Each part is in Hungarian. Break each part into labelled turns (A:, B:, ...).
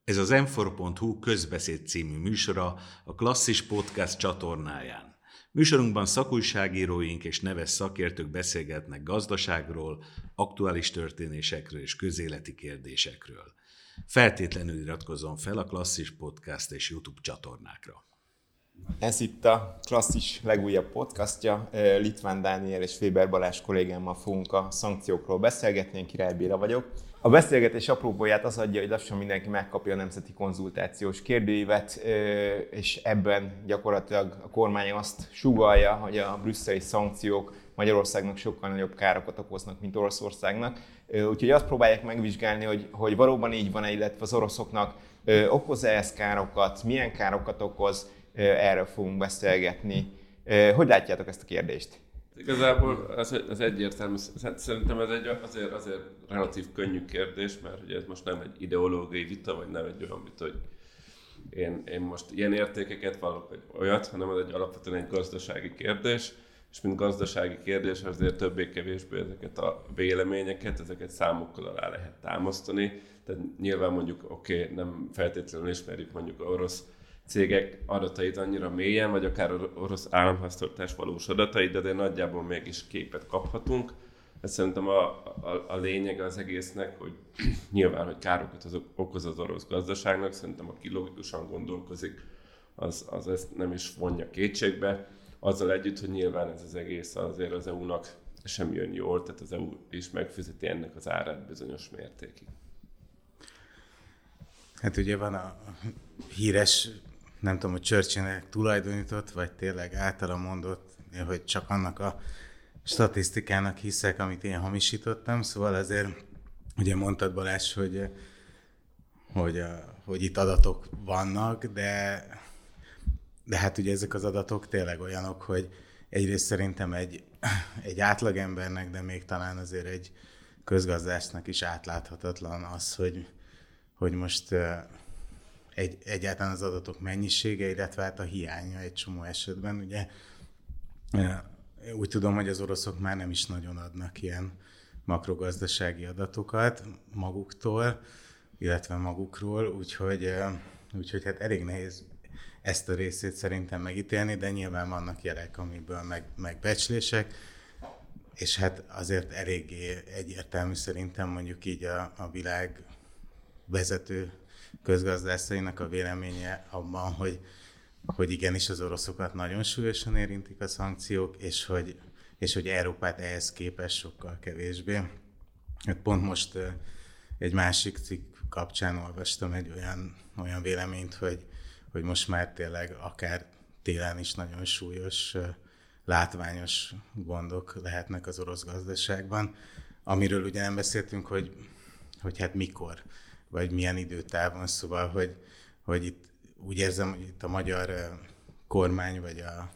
A: Ez az m4.hu közbeszéd című műsora a Klasszis Podcast csatornáján. Műsorunkban szakújságíróink és neves szakértők beszélgetnek gazdaságról, aktuális történésekről és közéleti kérdésekről. Feltétlenül iratkozzon fel a Klasszis Podcast és YouTube csatornákra.
B: Ez itt a Klasszis legújabb podcastja. Litván Dániel és Weber Balázs kollégámmal fogunk a szankciókról beszélgetni, én Király Béla vagyok. A beszélgetés apropóját az adja, hogy lassan mindenki megkapja a nemzeti konzultációs kérdőívet, és ebben gyakorlatilag a kormány azt sugallja, hogy a brüsszeli szankciók Magyarországnak sokkal nagyobb károkat okoznak, mint Oroszországnak. Úgyhogy azt próbálják megvizsgálni, hogy valóban így van-e, illetve az oroszoknak okoz-e ez károkat, milyen károkat okoz, erről fogunk beszélgetni. Hogy látjátok ezt a kérdést?
C: Igazából az egyértelmű, szerintem ez egy azért relatív könnyű kérdés, mert ugye ez most nem egy ideológiai vita, vagy nem egy olyan vita, hogy én most ilyen értékeket vallok, vagy olyat, hanem ez egy alapvetően egy gazdasági kérdés, és mint gazdasági kérdés azért többé-kevésbé ezeket a véleményeket, ezeket számokkal alá lehet támasztani. Tehát nyilván mondjuk nem feltétlenül ismerjük mondjuk orosz cégek adatait annyira mélyen, vagy akár orosz államháztartás valós adatait, de nagyjából mégis képet kaphatunk. Ez szerintem a lényege az egésznek, hogy nyilván, hogy károkat okoz az orosz gazdaságnak, szerintem aki logikusan gondolkozik, az ezt nem is vonja kétségbe. Azzal együtt, hogy nyilván ez az egész azért az EU-nak sem jön jól, tehát az EU is megfizeti ennek az árát bizonyos mértékig.
D: Hát ugye van a híres, nem tudom, hogy Churchillnek tulajdonított, vagy tényleg általa mondott, hogy csak annak a statisztikának hiszek, amit én hamisítottam. Szóval azért ugye mondtad, Balázs, hogy itt adatok vannak, de hát ugye ezek az adatok tényleg olyanok, hogy egyrészt szerintem egy átlagembernek, de még talán azért egy közgazdásznak is átláthatatlan az, hogy most egyáltalán az adatok mennyisége, illetve hát a hiánya egy csomó esetben. Ugye úgy tudom, hogy az oroszok már nem is nagyon adnak ilyen makrogazdasági adatokat maguktól, illetve magukról, úgyhogy hát elég nehéz ezt a részét szerintem megítélni, de nyilván vannak jelek, amiből meg becslések, és hát azért eléggé egyértelmű szerintem mondjuk így a világ vezető közgazdászainak a véleménye abban, hogy igenis az oroszokat nagyon súlyosan érintik a szankciók, és hogy Európát ehhez képest sokkal kevésbé. Hát pont most egy másik cikk kapcsán olvastam egy olyan véleményt, hogy most már tényleg akár télen is nagyon súlyos, látványos gondok lehetnek az orosz gazdaságban, amiről ugye nem beszéltünk, hogy hát mikor, vagy milyen időtávon, szóval, hogy itt úgy érzem, hogy itt a magyar kormány, vagy a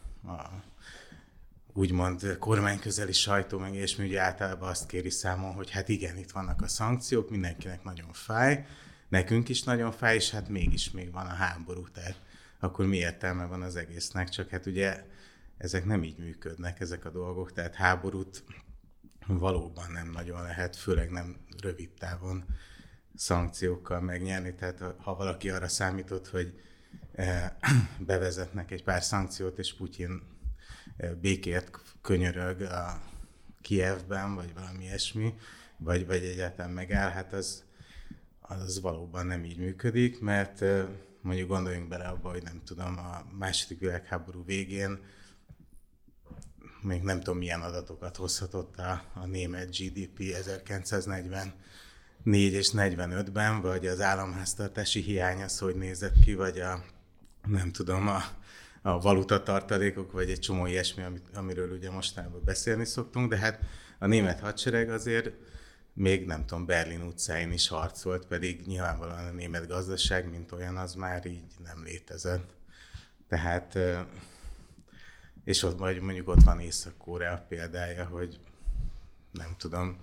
D: úgymond kormányközeli sajtó, meg ilyesmi, ugye általában azt kéri számon, hogy hát igen, itt vannak a szankciók, mindenkinek nagyon fáj, nekünk is nagyon fáj, és hát mégis még van a háború, tehát akkor mi értelme van az egésznek, csak hát ugye ezek nem így működnek, ezek a dolgok, tehát háborút valóban nem nagyon lehet, főleg nem rövid távon szankciókkal megnyerni, tehát ha valaki arra számított, hogy bevezetnek egy pár szankciót, és Putyin békért könyörög a Kijevben, vagy valami ilyesmi, vagy egyáltalán megáll, hát az valóban nem így működik, mert mondjuk gondoljunk bele abba, hogy nem tudom, a második világháború végén még nem tudom milyen adatokat hozhatott a német GDP 1944 és 45-ben, vagy az államháztartási hiány az, hogy nézett ki, vagy nem tudom, a valutatartalékok, vagy egy csomó ilyesmi, amiről ugye mostanában beszélni szoktunk, de hát a német hadsereg azért még nem tudom, Berlin utcáin is harcolt, pedig nyilvánvalóan a német gazdaság, mint olyan, az már így nem létezett. Tehát, és ott mondjuk ott van Észak-Korea példája, hogy nem tudom,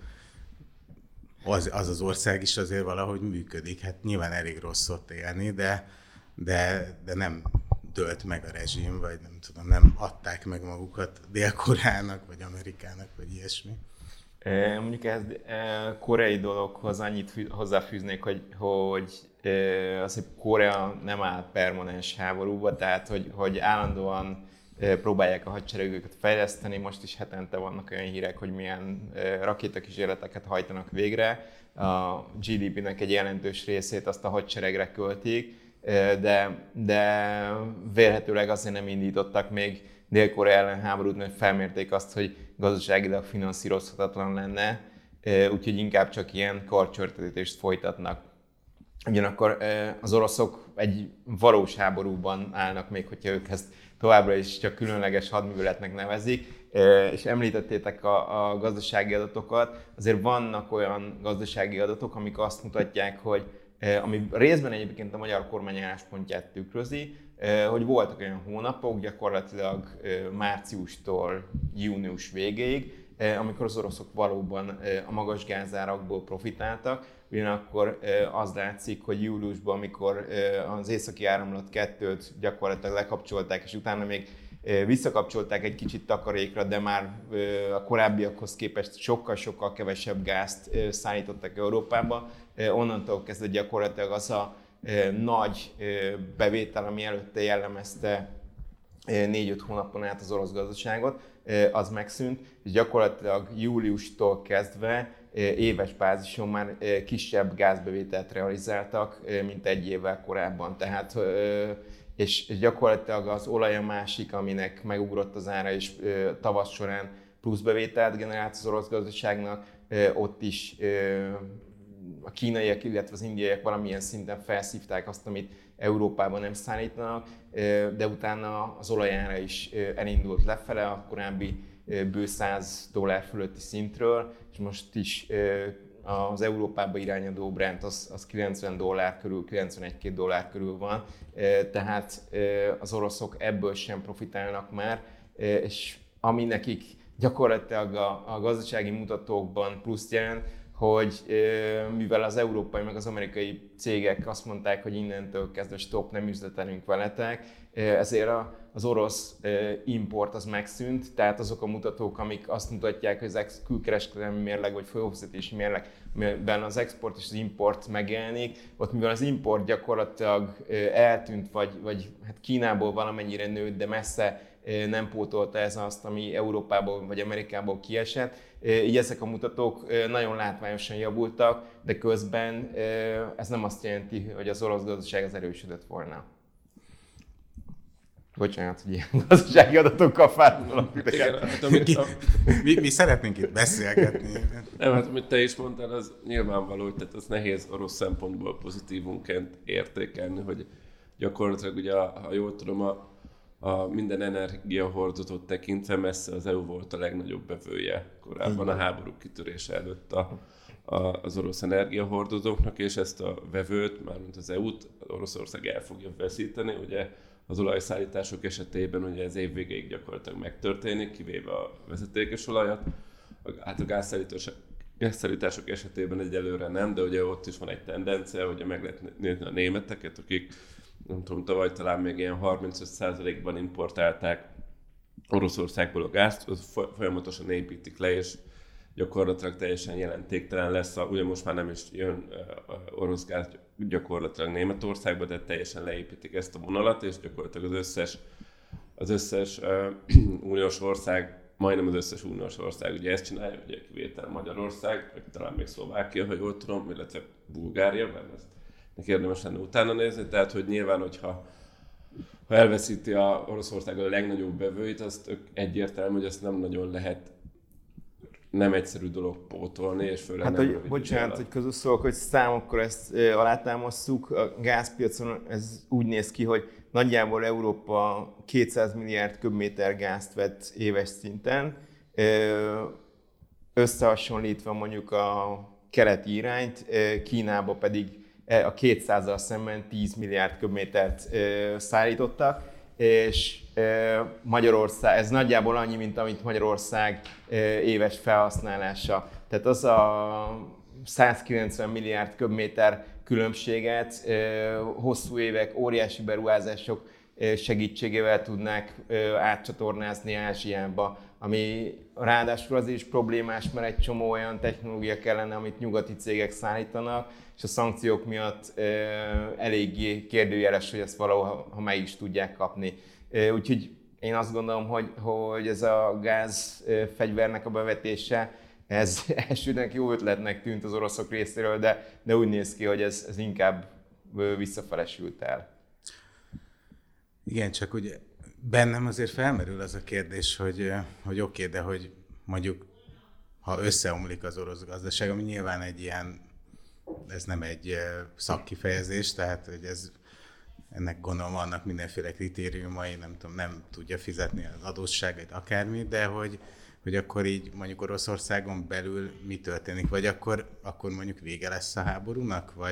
D: az ország is azért valahogy működik. Hát nyilván elég rossz ott élni, de nem dőlt meg a rezsim, vagy nem tudom, nem adták meg magukat Dél-Koreának, vagy Amerikának, vagy ilyesmi.
B: Mondjuk ez koreai dologhoz annyit hozzáfűznék, hogy azért Korea nem áll permanens háborúba, tehát hogy állandóan próbálják a hadseregüket fejleszteni. Most is hetente vannak olyan hírek, hogy milyen rakétakísérleteket hajtanak végre. A GDP-nek egy jelentős részét azt a hadseregre költik, de vélhetőleg azért nem indítottak még Dél-Korea ellen háborút, mert felmérték azt, hogy gazdaságilag finanszírozhatatlan lenne, úgyhogy inkább csak ilyen karcsörtetést folytatnak. Ugyanakkor az oroszok egy valós háborúban állnak még, hogyha ők ezt továbbra is csak különleges hadműveletnek nevezik, és említettétek a gazdasági adatokat. Azért vannak olyan gazdasági adatok, amik azt mutatják, hogy ami részben egyébként a magyar kormány álláspontját tükrözi, hogy voltak olyan hónapok, gyakorlatilag márciustól június végéig, amikor az oroszok valóban a magas gázárakból profitáltak. Ugyanakkor az látszik, hogy júliusban, amikor az északi áramlat 2-t gyakorlatilag lekapcsolták, és utána még visszakapcsolták egy kicsit takarékra, de már a korábbiakhoz képest sokkal-sokkal kevesebb gázt szállítottak Európába. Onnantól kezdve gyakorlatilag az a nagy bevétel, ami előtte jellemezte 4-5 hónapon át az orosz gazdaságot, az megszűnt, és gyakorlatilag júliustól kezdve éves bázison már kisebb gázbevételt realizáltak, mint egy évvel korábban. Tehát, és gyakorlatilag az olaj a másik, aminek megugrott az ára, és tavasz során plusz bevételt generált az orosz gazdaságnak, ott is a kínaiak, illetve az indiaiak valamilyen szinten felszívták azt, amit Európában nem szállítanak, de utána az olajára is elindult lefele a korábbi bő $100 fölötti szintről, és most is az Európába irányadó Brent az $90 körül, $91-2 körül van, tehát az oroszok ebből sem profitálnak már, és ami nekik gyakorlatilag a gazdasági mutatókban pluszt jelent, hogy mivel az európai meg az amerikai cégek azt mondták, hogy innentől kezdve stop, nem üzletelünk veletek, ezért az orosz import az megszűnt, tehát azok a mutatók, amik azt mutatják, hogy az külkereskedelmi mérleg vagy folyófizetési mérlegben az export és az import megjelenik, ott mivel az import gyakorlatilag eltűnt, vagy hát Kínából valamennyire nőtt, de messze nem pótolta ez azt, ami Európából vagy Amerikából kiesett. Így ezek a mutatók nagyon látványosan javultak, de közben ez nem azt jelenti, hogy az orosz gazdaság az erősödött volna. Bocsánat, hogy ilyen gazdasági adatokkal fárulok titeket.
D: Mi szeretnénk itt beszélgetni.
C: Nem, hát amit te is mondtál, az nyilvánvaló, tehát az nehéz orosz szempontból pozitívunként értékelni, hogy gyakorlatilag ugye, ha jól tudom, a minden energiahordotot tekintve messze az EU volt a legnagyobb bevője korábban a háború kitörése előtt az orosz energiahordozóknak, és ezt a vevőt, mármint az EU-t, Oroszország el fogja veszíteni. Ugye az olajszállítások esetében ugye ez év végéig gyakorlatilag megtörténik, kivéve a vezetékes olajat. Hát a gázszállítások esetében egyelőre nem, de ugye ott is van egy tendencia, hogy meg lehet nézni a németeket, akik nem tudom, tavaly talán még ilyen 35%-ban importálták Oroszországból a gázt, az folyamatosan építik le, és gyakorlatilag teljesen jelentéktelen lesz. Ugye most már nem is jön orosz gáz gyakorlatilag Németországba, de teljesen leépítik ezt a vonalat, és gyakorlatilag az összes uniós ország, majdnem az összes uniós ország ugye ezt csinálja, ugye kivétel Magyarország, vagy talán még Szlovákia, ha jól tudom, illetve Bulgária, mert ezt érdemes lenne utána nézni, tehát hogy nyilván, hogyha elveszíti a Oroszország a legnagyobb bevőit, azt egyértelmű, hogy ezt nem nagyon lehet, nem egyszerű dolog pótolni, és főleg
B: hát,
C: nem
B: hogy bocsánat, hogy közösszólok, hogy számokkor ezt alátámasztjuk, a gázpiacon ez úgy néz ki, hogy nagyjából Európa 200 milliárd köbméter gázt vett éves szinten, összehasonlítva mondjuk a keleti irányt, Kínába pedig a 200-al szemben 10 milliárd köbmétert szállítottak, és Magyarország, ez nagyjából annyi, mint amit Magyarország éves felhasználása. Tehát az a 190 milliárd köbméter különbséget hosszú évek, óriási beruházások segítségével tudnák átcsatornázni Ázsiába, ami ráadásul azért is problémás, mert egy csomó olyan technológia kellene, amit nyugati cégek szállítanak, és a szankciók miatt eléggé kérdőjeles, hogy ezt valahol meg is tudják kapni. Úgyhogy én azt gondolom, hogy ez a gázfegyvernek a bevetése, ez elsőnek jó ötletnek tűnt az oroszok részéről, de úgy néz ki, hogy ez inkább visszafelesült el.
D: Igen, csak ugye bennem azért felmerül az a kérdés, hogy oké, de hogy mondjuk, ha összeomlik az orosz gazdaság, ami nyilván egy ilyen, ez nem egy szakkifejezés, tehát hogy ennek gondolom vannak mindenféle kritériumai, nem tudom, nem tudja fizetni az adósságait, akármi, de hogy akkor így mondjuk Oroszországon belül mi történik, vagy akkor mondjuk vége lesz a háborúnak, vagy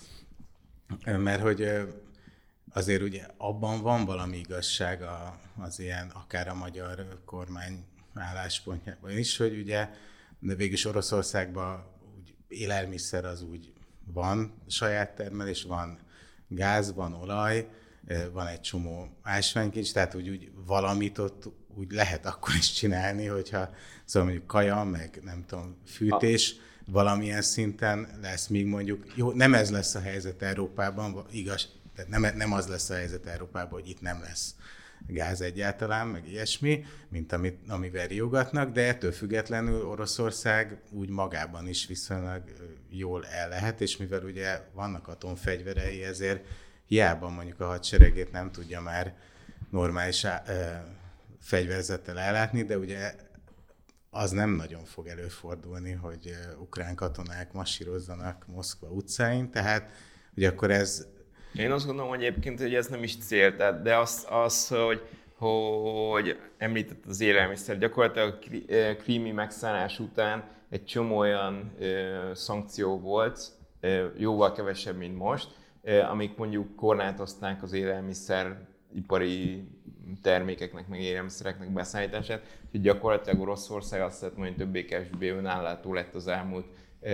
D: mert hogy azért ugye abban van valami igazság az ilyen, akár a magyar kormány álláspontjában is, hogy ugye, de végülis Oroszországban úgy élelmiszer az úgy van saját termelés, van gáz, van olaj, van egy csomó ásványkincs, tehát úgy valamit ott úgy lehet akkor is csinálni, hogyha szóval mondjuk kaja, meg nem tudom, fűtés, valamilyen szinten lesz, míg mondjuk, jó, nem ez lesz a helyzet Európában, igaz, tehát nem az lesz a helyzet Európában, hogy itt nem lesz gáz egyáltalán, meg ilyesmi, mint amivel riogatnak, de ettől függetlenül Oroszország úgy magában is viszonylag jól el lehet, és mivel ugye vannak atomfegyverei, ezért hiába mondjuk a hadseregét nem tudja már normális fegyverzettel ellátni, de ugye az nem nagyon fog előfordulni, hogy ukrán katonák massírozzanak Moszkva utcáin, tehát ugye akkor ez...
B: Én azt gondolom, hogy egyébként, hogy ez nem is cél, tehát, de az hogy említett az élelmiszer, gyakorlatilag a krími megszállás után egy csomó olyan szankció volt, jóval kevesebb, mint most, amik mondjuk korlátozták az élelmiszeripari termékeknek, meg élelmiszereknek beszállítását, úgyhogy gyakorlatilag Oroszország azt lehet mondani, többé-kevésbé önállátó lett az elmúlt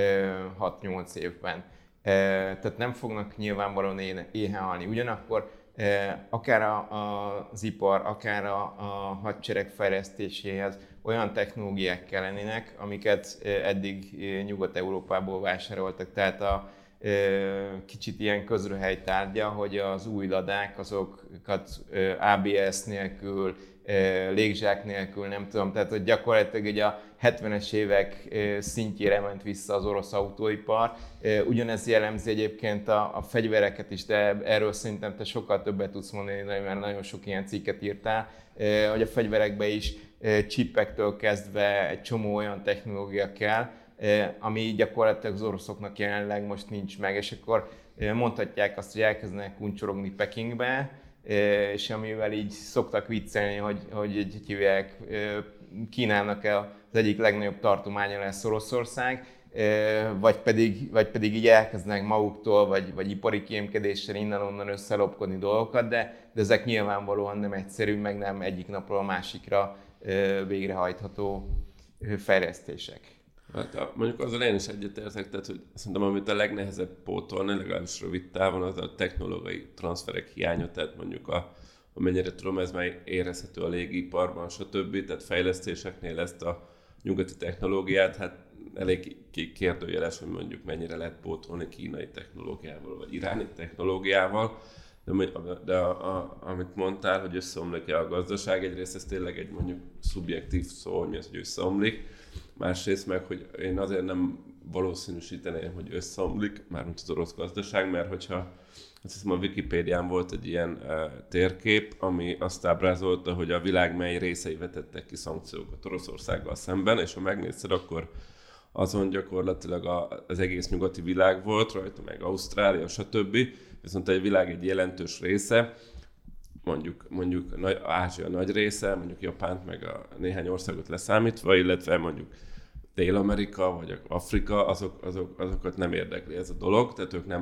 B: 6-8 évben. Tehát nem fognak nyilvánvalóan éhen halni. Ugyanakkor akár az ipar, akár a hadsereg fejlesztéséhez olyan technológiák kellenének, amiket eddig Nyugat-Európából vásároltak. Tehát kicsit ilyen közröhely tárgya, hogy az új ladák azokat ABS nélkül, légzsák nélkül, nem tudom, tehát hogy gyakorlatilag ugye a 70-es évek szintjére ment vissza az orosz autóipar. Ugyanez jellemzi egyébként a fegyvereket is, de erről szerintem te sokkal többet tudsz mondani, mert nagyon sok ilyen cikket írtál, hogy a fegyverekbe is csipektől kezdve egy csomó olyan technológia kell, ami gyakorlatilag az oroszoknak jelenleg most nincs meg, és akkor mondhatják azt, hogy elkezdenek kuncsorogni Pekingbe, és amivel így szoktak viccelni, hogy így hívják, Kínának az egyik legnagyobb tartománya lesz Oroszország, vagy pedig így elkezdenek maguktól, vagy ipari kémkedéssel innen-onnan összelopkodni dolgokat, de ezek nyilvánvalóan nem egyszerű, meg nem egyik napról a másikra végrehajtható fejlesztések.
C: Hát mondjuk azzal én is egyetértek, tehát hogy szerintem amit a legnehezebb pótolni, legalábbis rövid távon, az a technológiai transferek hiánya, tehát mondjuk amennyire tudom, ez már érezhető a légiparban, stb. Tehát fejlesztéseknél ezt a nyugati technológiát, hát elég kérdőjeles, hogy mondjuk mennyire lehet pótolni kínai technológiával, vagy iráni technológiával. De amit mondtál, hogy összeomlik-e a gazdaság, egyrészt ez tényleg egy mondjuk szubjektív szó, hogy mi az, hogy összeomlik. Másrészt meg, hogy én azért nem valószínűsíteném, hogy összeomlik, mármint az orosz gazdaság, mert hogyha azt hiszem a Wikipédián volt egy ilyen térkép, ami azt ábrázolta, hogy a világ mely részei vetettek ki szankciókat Oroszországgal szemben, és ha megnézted, akkor azon gyakorlatilag az egész nyugati világ volt, rajta meg Ausztrália, stb. Viszont egy világ egy jelentős része, mondjuk Ázsia nagy része, mondjuk Japánt meg a néhány országot leszámítva, illetve mondjuk Dél-Amerika vagy Afrika, azokat nem érdekli ez a dolog, tehát ők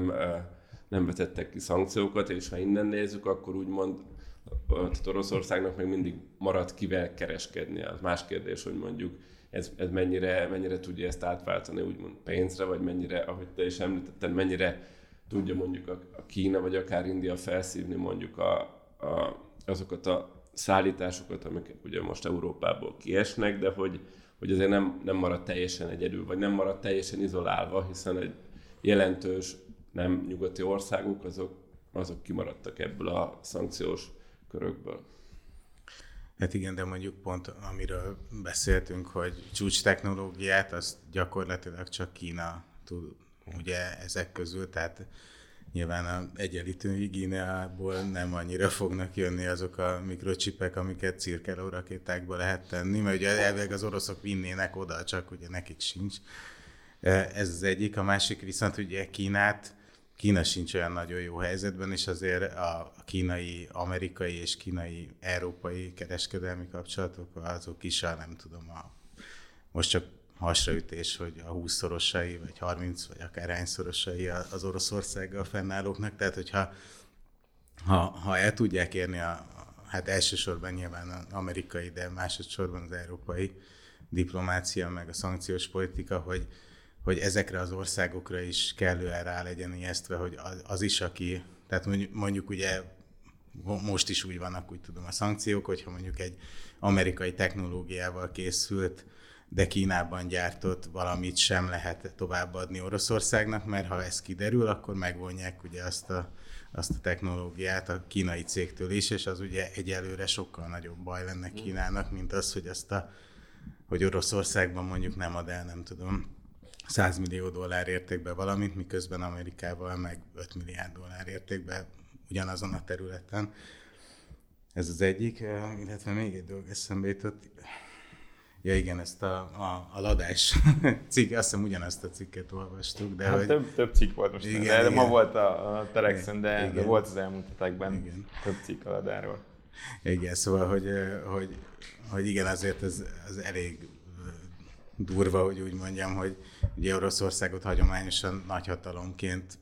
C: nem vetettek ki szankciókat, és ha innen nézzük, akkor úgymond tehát Oroszországnak még mindig marad kivel kereskedni. Az más kérdés, hogy mondjuk ez mennyire tudja ezt átváltani úgymond pénzre, vagy mennyire, ahogy te is említetted, mennyire tudja mondjuk a Kína vagy akár India felszívni mondjuk azokat a szállításokat, amik ugye most Európából kiesnek, de hogy azért nem marad teljesen egyedül, vagy nem marad teljesen izolálva, hiszen egy jelentős nem nyugati országok, azok kimaradtak ebből a szankciós körökből.
D: Hát igen, de mondjuk pont amiről beszéltünk, hogy csúcs technológiát, azt gyakorlatilag csak Kína tud ugye ezek közül, tehát nyilván a egyenlítő Guineából nem annyira fognak jönni azok a mikrocsipek, amiket cirkelő rakétákba lehet tenni, mert ugye elvileg az oroszok vinnének oda, csak ugye nekik sincs. Ez az egyik, a másik viszont ugye Kína sincs olyan nagyon jó helyzetben, és azért a kínai, amerikai és kínai, európai kereskedelmi kapcsolatok, azok is nem tudom, most csak hasraütés, hogy a 20-szorosai, vagy 30, vagy akár hányszorosai az Oroszországgal fennállóknak, tehát hogyha ha el tudják érni hát elsősorban nyilván az amerikai, de másodszorban az európai diplomácia, meg a szankciós politika, hogy ezekre az országokra is kellően rá legyen ijesztve, hogy az is, aki, tehát mondjuk ugye most is úgy vannak, úgy tudom, a szankciók, hogyha mondjuk egy amerikai technológiával készült, de Kínában gyártott valamit sem lehet továbbadni Oroszországnak, mert ha ez kiderül, akkor megvonják ugye azt a technológiát a kínai cégtől is, és az ugye egyelőre sokkal nagyobb baj lenne Kínának, mint az, hogy Oroszországban mondjuk nem ad el, nem tudom, $100 millió értékben valamit, miközben Amerikával meg $5 milliárd értékben ugyanazon a területen. Ez az egyik, illetve még egy dolog eszembe jutott. Ja igen, ezt a ladás cikk, azt hiszem ugyanazt a cikket olvastuk. De
B: hát hogy... több cikk volt most,
D: igen,
B: de
D: igen.
B: ma volt a Telexen, de volt az elmúlt hetekben több cikk a ladáról.
D: Igen, szóval, hogy igen, azért ez elég durva, hogy úgy mondjam, hogy ugye Oroszországot hagyományosan nagyhatalomként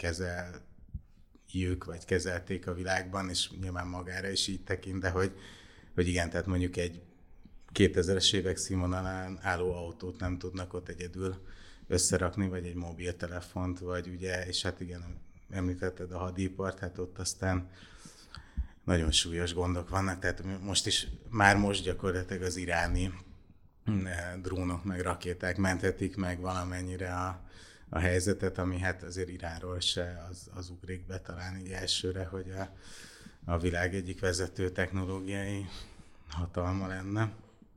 D: kezelték a világban, és nyilván magára is így tekint, de hogy igen, tehát mondjuk egy 2000-es évek színvonalán álló autót nem tudnak ott egyedül összerakni, vagy egy mobiltelefont, vagy ugye, és hát igen, említetted a hadipart, hát ott aztán nagyon súlyos gondok vannak, tehát már most gyakorlatilag az iráni drónok meg rakéták menthetik meg valamennyire a helyzetet, ami hát azért Iránról se az ugrik be talán így elsőre, hogy a világ egyik vezető technológiai hatalma lenne.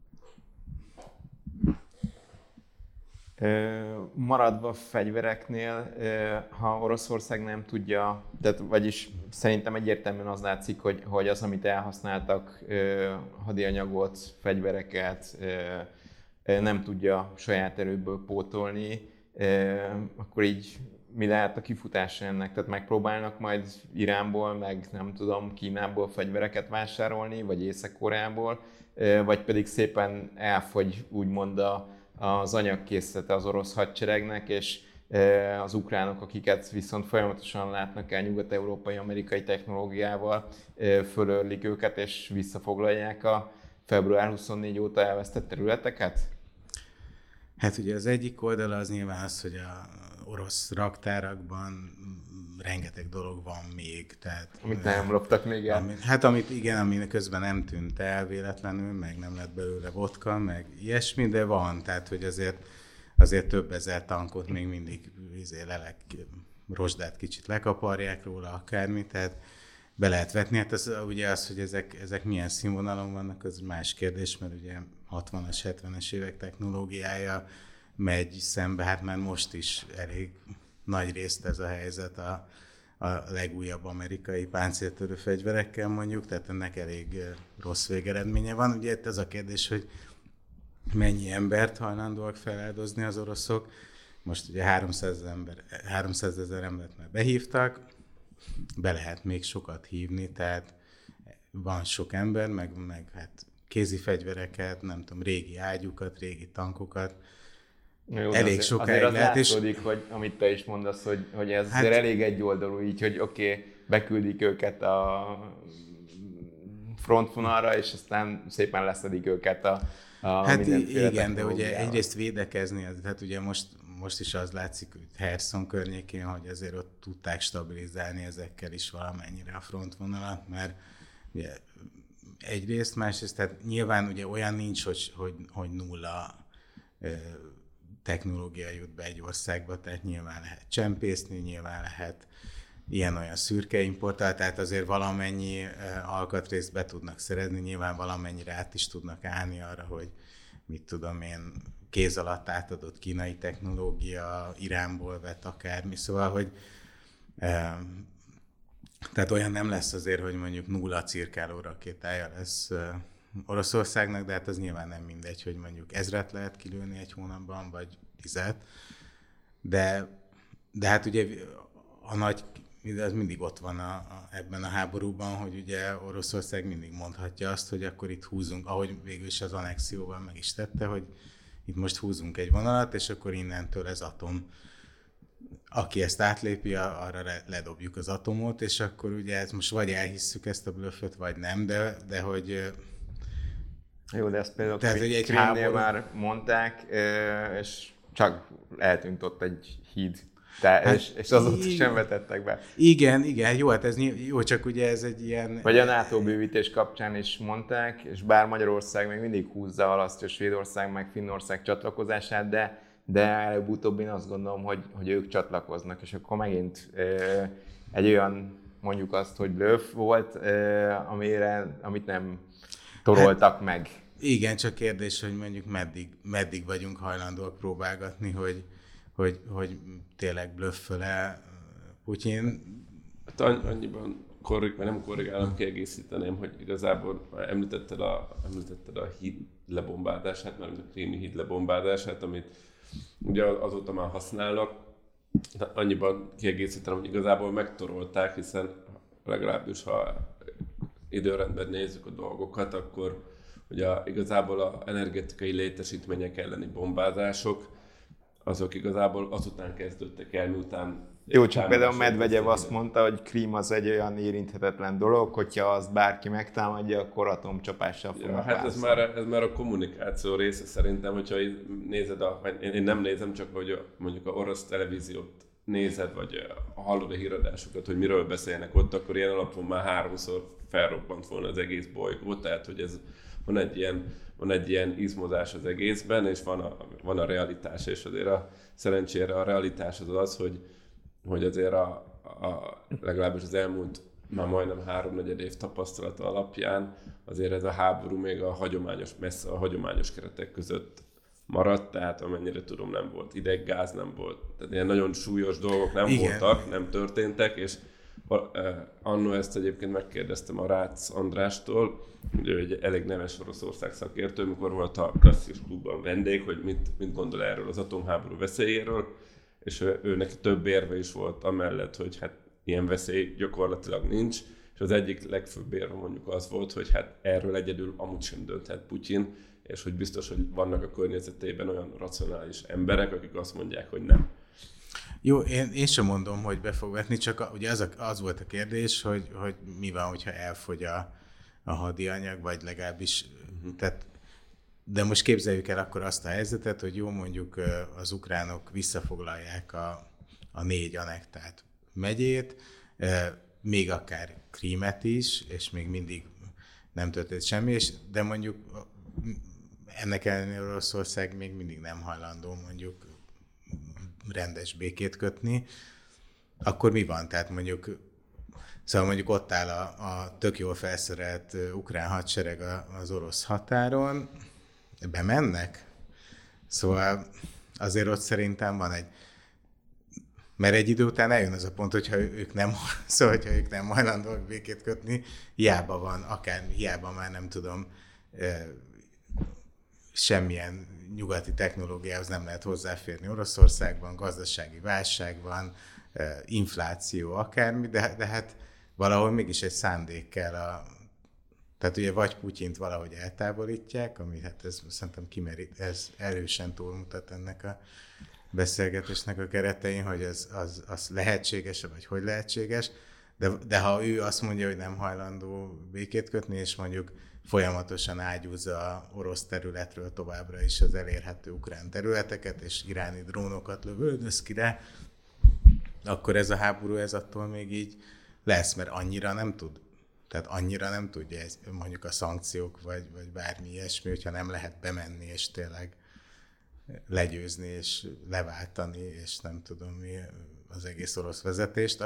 B: Maradva fegyvereknél, ha Oroszország nem tudja, tehát vagyis szerintem egyértelműen az látszik, hogy az, amit elhasználtak, hadianyagot, fegyvereket nem tudja saját erőből pótolni, akkor így mi lehet a kifutása ennek? Tehát megpróbálnak majd Iránból, meg nem tudom, Kínából fegyvereket vásárolni, vagy Észak-Koreából, vagy pedig szépen elfogy úgymond az anyagkészlete az orosz hadseregnek, és az ukránok, akiket viszont folyamatosan látnak el nyugat-európai, amerikai technológiával, fölörlik őket és visszafoglalják a február 24 óta elvesztett területeket?
D: Hát ugye az egyik oldala az nyilván az, hogy a orosz raktárakban rengeteg dolog van még. Tehát,
B: amit nem loptak még el.
D: Ami közben nem tűnt el véletlenül, meg nem lett belőle vodka, meg ilyesmi, de van. Tehát, hogy azért több ezer tankot még mindig rozsdát kicsit lekaparják róla, akármi, tehát be lehet vetni. Hát ugye az, hogy ezek milyen színvonalon vannak, az más kérdés, mert ugye 60-as, 70-es évek technológiája megy szembe, hát már most is elég nagy részt ez a helyzet a legújabb amerikai páncéltörő fegyverekkel mondjuk, tehát ennek elég rossz végeredménye van. Ugye itt ez a kérdés, hogy mennyi embert hajlandóak feláldozni az oroszok. Most ugye 300 000 embert már behívtak, be lehet még sokat hívni, tehát van sok ember, meg hát kézi fegyvereket, nem tudom, régi ágyukat, régi tankokat.
B: Jó,
D: elég sokáig
B: azért
D: lehet.
B: Az látszódik, hogy amit te is mondasz, hogy ez azért elég egyoldalú így, hogy oké, beküldik őket a frontvonalra, és aztán szépen leszedik őket a
D: hát
B: mindenféle
D: igen, de ugye egyrészt védekezni, tehát ugye most is az látszik, hogy Kherson környékén, hogy azért ott tudták stabilizálni ezekkel is valamennyire a frontvonalat, ugye, egyrészt, másrészt, tehát nyilván ugye olyan nincs, hogy nulla technológia jut be egy országba, tehát nyilván lehet csempészni, nyilván lehet ilyen-olyan szürke importál, tehát azért valamennyi alkatrészt be tudnak szerezni, nyilván valamennyire át is tudnak állni arra, hogy mit tudom én, kéz alatt átadott kínai technológia, Iránból vett akármi, szóval, hogy tehát olyan nem lesz azért, hogy mondjuk 0 cirkáló rakétája lesz Oroszországnak, de hát az nyilván nem mindegy, hogy mondjuk 1000 lehet kilőni egy hónapban, vagy 10. De hát ugye a nagy, az mindig ott van ebben a háborúban, hogy ugye Oroszország mindig mondhatja azt, hogy akkor itt húzunk, ahogy végül is az annexióval meg is tette, hogy itt most húzunk egy vonalat, és akkor innentől ez atom. Aki ezt átlépi, arra ledobjuk az atomot, és akkor ugye ez most vagy elhisszük ezt a blöfföt, vagy nem, de hogy...
B: Jó, de ezt például Krímnél már mondták, és csak eltűnt ott egy híd. És azóta sem vetettek be.
D: Igen, jó, hát ez jó, csak ugye ez egy ilyen...
B: Vagy a NATO bővítés kapcsán is mondták, és bár Magyarország még mindig húzza, halasztja Svédország meg Finnország csatlakozását, de előbb-utóbb én azt gondolom, hogy ők csatlakoznak, és akkor megint egy olyan, mondjuk azt, hogy blöff volt, amit nem toroltak meg.
D: Igen, csak kérdés, hogy mondjuk meddig vagyunk hajlandóak próbálgatni, hogy tényleg blöfföl-e Putyin.
C: Hát annyiban nem korrigálom, kiegészíteném, hogy igazából említetted a híd lebombázását, mert a krími híd lebombázását, amit ugye azóta már használnak. De annyiban kiegészítenem, hogy igazából megtorolták, hiszen legalábbis ha időrendben nézzük a dolgokat, akkor ugye igazából az energetikai létesítmények elleni bombázások, azok igazából azután kezdődtek el, miután...
B: Jó, csak például Medvegyev azt mondta, hogy Krím az egy olyan érinthetetlen dolog, hogyha azt bárki megtámadja, akkor atomcsapással fognak
C: hát ez már a kommunikáció része szerintem, hogyha nézed én nem nézem, csak hogy mondjuk a orosz televíziót nézed, vagy hallod a híradásokat, hogy miről beszélnek ott, akkor ilyen alapon már 3-szor felrobbant volna az egész bolygó, tehát hogy ez van egy ilyen izmozás az egészben, és van a realitás, és azért szerencsére a realitás az, hogy azért legalábbis az elmúlt már majdnem 3-4 év tapasztalata alapján azért ez a háború még messze a hagyományos keretek között maradt, tehát amennyire tudom, nem volt ideggáz, nem volt, tehát ilyen nagyon súlyos dolgok nem voltak, nem történtek, és annó ezt egyébként megkérdeztem a Rácz Andrástól, ő egy elég neves Oroszország szakértő, amikor volt a Klasszikus Klubban vendég, hogy mit gondol erről az atomháború veszélyéről, és ő neki több érve is volt amellett, hogy hát ilyen veszély gyakorlatilag nincs, és az egyik legfőbb érve mondjuk az volt, hogy hát erről egyedül amúgy sem dönthet Putyin, és hogy biztos, hogy vannak a környezetében olyan racionális emberek, akik azt mondják, hogy nem.
D: Jó, én sem mondom, hogy be fog vetni, csak ugye az volt a kérdés, hogy mi van, hogyha elfogy a hadianyag, vagy legalábbis, tehát, de most képzeljük el akkor azt a helyzetet, hogy jó, mondjuk az ukránok visszafoglalják a 4 annektált megyét, még akár Krímet is, és még mindig nem történt semmi, de mondjuk ennek ellenére Oroszország még mindig nem hajlandó mondjuk rendes békét kötni, akkor mi van? Tehát mondjuk ott áll a tök jól felszerelt ukrán hadsereg az orosz határon, bemennek? Szóval azért ott szerintem van mert egy idő után eljön az a pont, hogyha ők nem hajlandóak békét kötni, hiába már nem tudom, semmilyen nyugati technológiához nem lehet hozzáférni Oroszországban, gazdasági válság van, infláció, akármi, de hát valahol mégis egy szándék kell tehát ugye vagy Putyint valahogy eltávolítják, ami hát ez szerintem ez erősen túlmutat ennek a beszélgetésnek a keretein, hogy az lehetséges, vagy hogy lehetséges, de ha ő azt mondja, hogy nem hajlandó békét kötni, és mondjuk folyamatosan ágyúzza orosz területről továbbra is az elérhető ukrán területeket, és iráni drónokat lövöldöz ki rá, akkor ez a háború attól még így lesz, mert annyira nem tud Tehát annyira nem tudja mondjuk a szankciók, vagy bármi ilyesmi, hogyha nem lehet bemenni, és tényleg legyőzni, és leváltani, és nem tudom mi az egész orosz vezetést,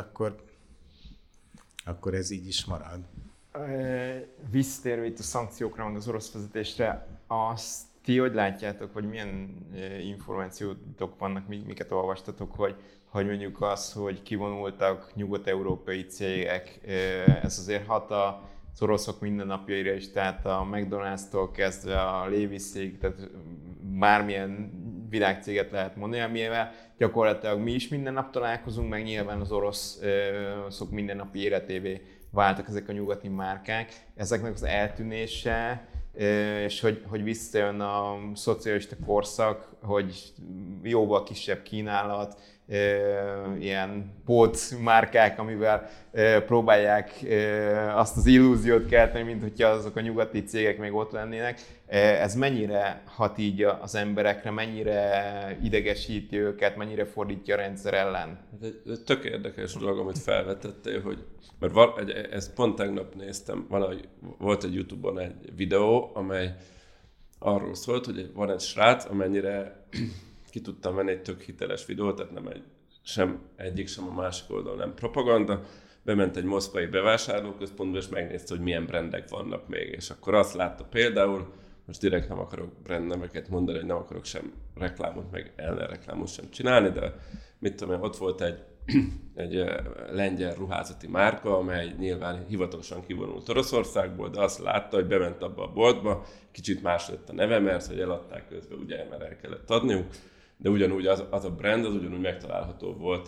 D: akkor ez így is marad.
B: Visszatérve itt a szankciókra, meg az orosz vezetésre, azt ti hogy látjátok, vagy milyen információtok vannak, miket olvastatok, hogy mondjuk az, hogy kivonultak nyugat-európai cégek, ez azért hat az oroszok mindennapjaira is, tehát a McDonald's-tól kezdve a Levi's-ig, tehát bármilyen világcéget lehet mondani, amivel gyakorlatilag mi is minden nap találkozunk, meg nyilván az oroszok mindennapi életévé váltak ezek a nyugati márkák. Ezeknek az eltűnése, és hogy visszajön a szocialista korszak, hogy jóval kisebb kínálat, ilyen pótmárkák, amivel próbálják azt az illúziót kelteni, mint hogyha azok a nyugati cégek még ott lennének. Ez mennyire hat így az emberekre, mennyire idegesíti őket, mennyire fordítja a rendszer ellen?
C: Ez tök érdekes dolog, amit felvetettél, hogy ezt pont tegnap néztem, volt egy YouTube-on egy videó, amely arról szólt, hogy van egy srác, amennyire ki tudtam venni egy tök hiteles videót, tehát nem sem a másik oldal nem propaganda. Bement egy moszkvai bevásárlóközpontba, és megnézte, hogy milyen brandek vannak még. És akkor azt látta például, most direkt nem akarok brand neveket mondani, hogy nem akarok sem reklámot, meg ellenreklámot sem csinálni, de mit tudom én, ott volt egy lengyel ruházati márka, amely nyilván hivatalosan kivonult Oroszországból, de azt látta, hogy bement abba a boltba, kicsit más lett a neve, mert hogy eladták közben, ugye, mert el kellett adniuk, de ugyanúgy az a brand az ugyanúgy megtalálható volt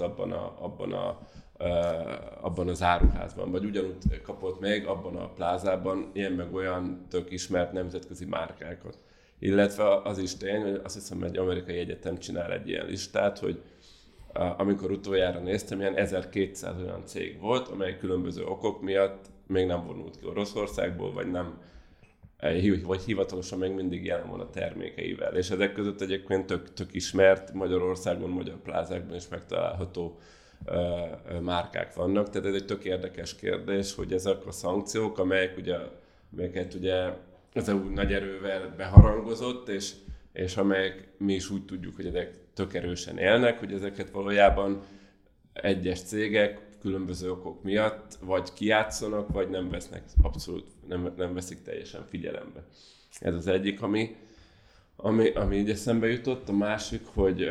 C: abban az áruházban, vagy ugyanúgy kapott még abban a plázában ilyen meg olyan tök ismert nemzetközi márkákat. Illetve az is tény, hogy azt hiszem, egy amerikai egyetem csinál egy ilyen listát, hogy amikor utoljára néztem, ilyen 1200 olyan cég volt, amely különböző okok miatt még nem vonult ki Oroszországból, vagy hivatalosan még mindig jelen van a termékeivel. És ezek között egyébként tök ismert Magyarországon, magyar plázákban is megtalálható márkák vannak. Tehát ez egy tök érdekes kérdés, hogy ezek a szankciók, amelyeket ugye az EU nagy erővel beharangozott, és amelyek mi is úgy tudjuk, hogy ezek tök erősen élnek, hogy ezeket valójában egyes cégek különböző okok miatt vagy kijátszanak, vagy nem vesznek abszolút, nem veszik teljesen figyelembe. Ez az egyik, ami így eszembe jutott. A másik, hogy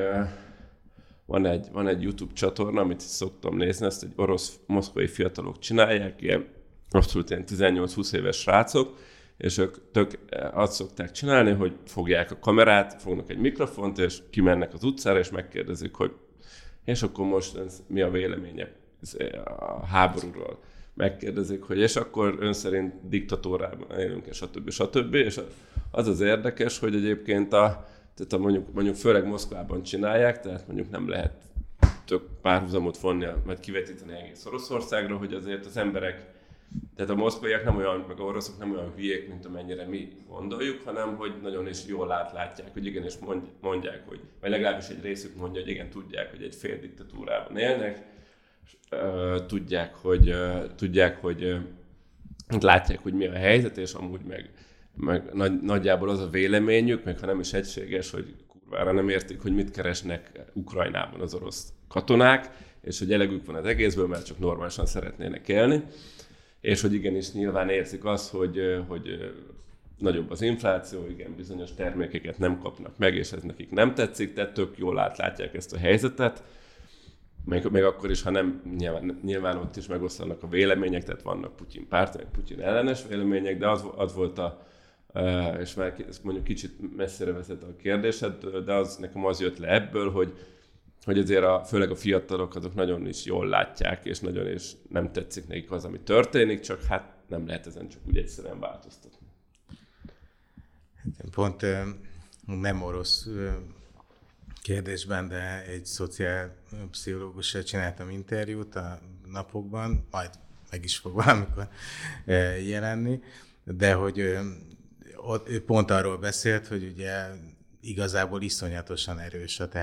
C: van egy YouTube csatorna, amit szoktam nézni, ezt egy orosz moszkvai fiatalok csinálják, abszolút ilyen 18-20 éves srácok, és ők azt szokták csinálni, hogy fogják a kamerát, fognak egy mikrofont, és kimennek az utcára, és megkérdezik, hogy és akkor most mi a véleménye a háborúról. Megkérdezik, hogy és akkor ön szerint diktatórában élünk, és stb. És az az érdekes, hogy egyébként tehát mondjuk főleg Moszkvában csinálják, tehát mondjuk nem lehet tök párhuzamot vonni, vagy kivetíteni egész Oroszországra, hogy azért az emberek, tehát a moszkvaiak nem olyan, meg a oroszok nem olyan hülyék, mint amennyire mi gondoljuk, hanem hogy nagyon is jól látják, hogy igenis mondják, hogy, vagy legalábbis egy részük mondja, hogy igen, tudják, hogy egy fél diktatúrában élnek, tudják, hogy látják, hogy mi a helyzet, és amúgy meg nagyjából az a véleményük, meg ha nem is egységes, hogy kurvára nem értik, hogy mit keresnek Ukrajnában az orosz katonák, és hogy elegük van az egészből, mert csak normálisan szeretnének élni, és hogy igenis nyilván érzik azt, hogy nagyobb az infláció, igen, bizonyos termékeket nem kapnak meg, és ez nekik nem tetszik, tehát tök jól látják ezt a helyzetet, még akkor is, ha nem, nyilván ott is megosztanak a vélemények, tehát vannak Putyin párt, meg Putyin ellenes vélemények, de az volt és már mondjuk kicsit messzire vezet a kérdésed, de nekem az jött le ebből, hogy azért főleg a fiatalok azok nagyon is jól látják, és nagyon is nem tetszik nekik az, ami történik, csak hát nem lehet ezen csak úgy egyszerűen változtatni.
D: Pont nem orosz kérdésben, de egy szociálpszichológussal csináltam interjút a napokban, majd meg is fog valamikor jelenni, de hogy ő pont arról beszélt, hogy ugye igazából iszonyatosan erős a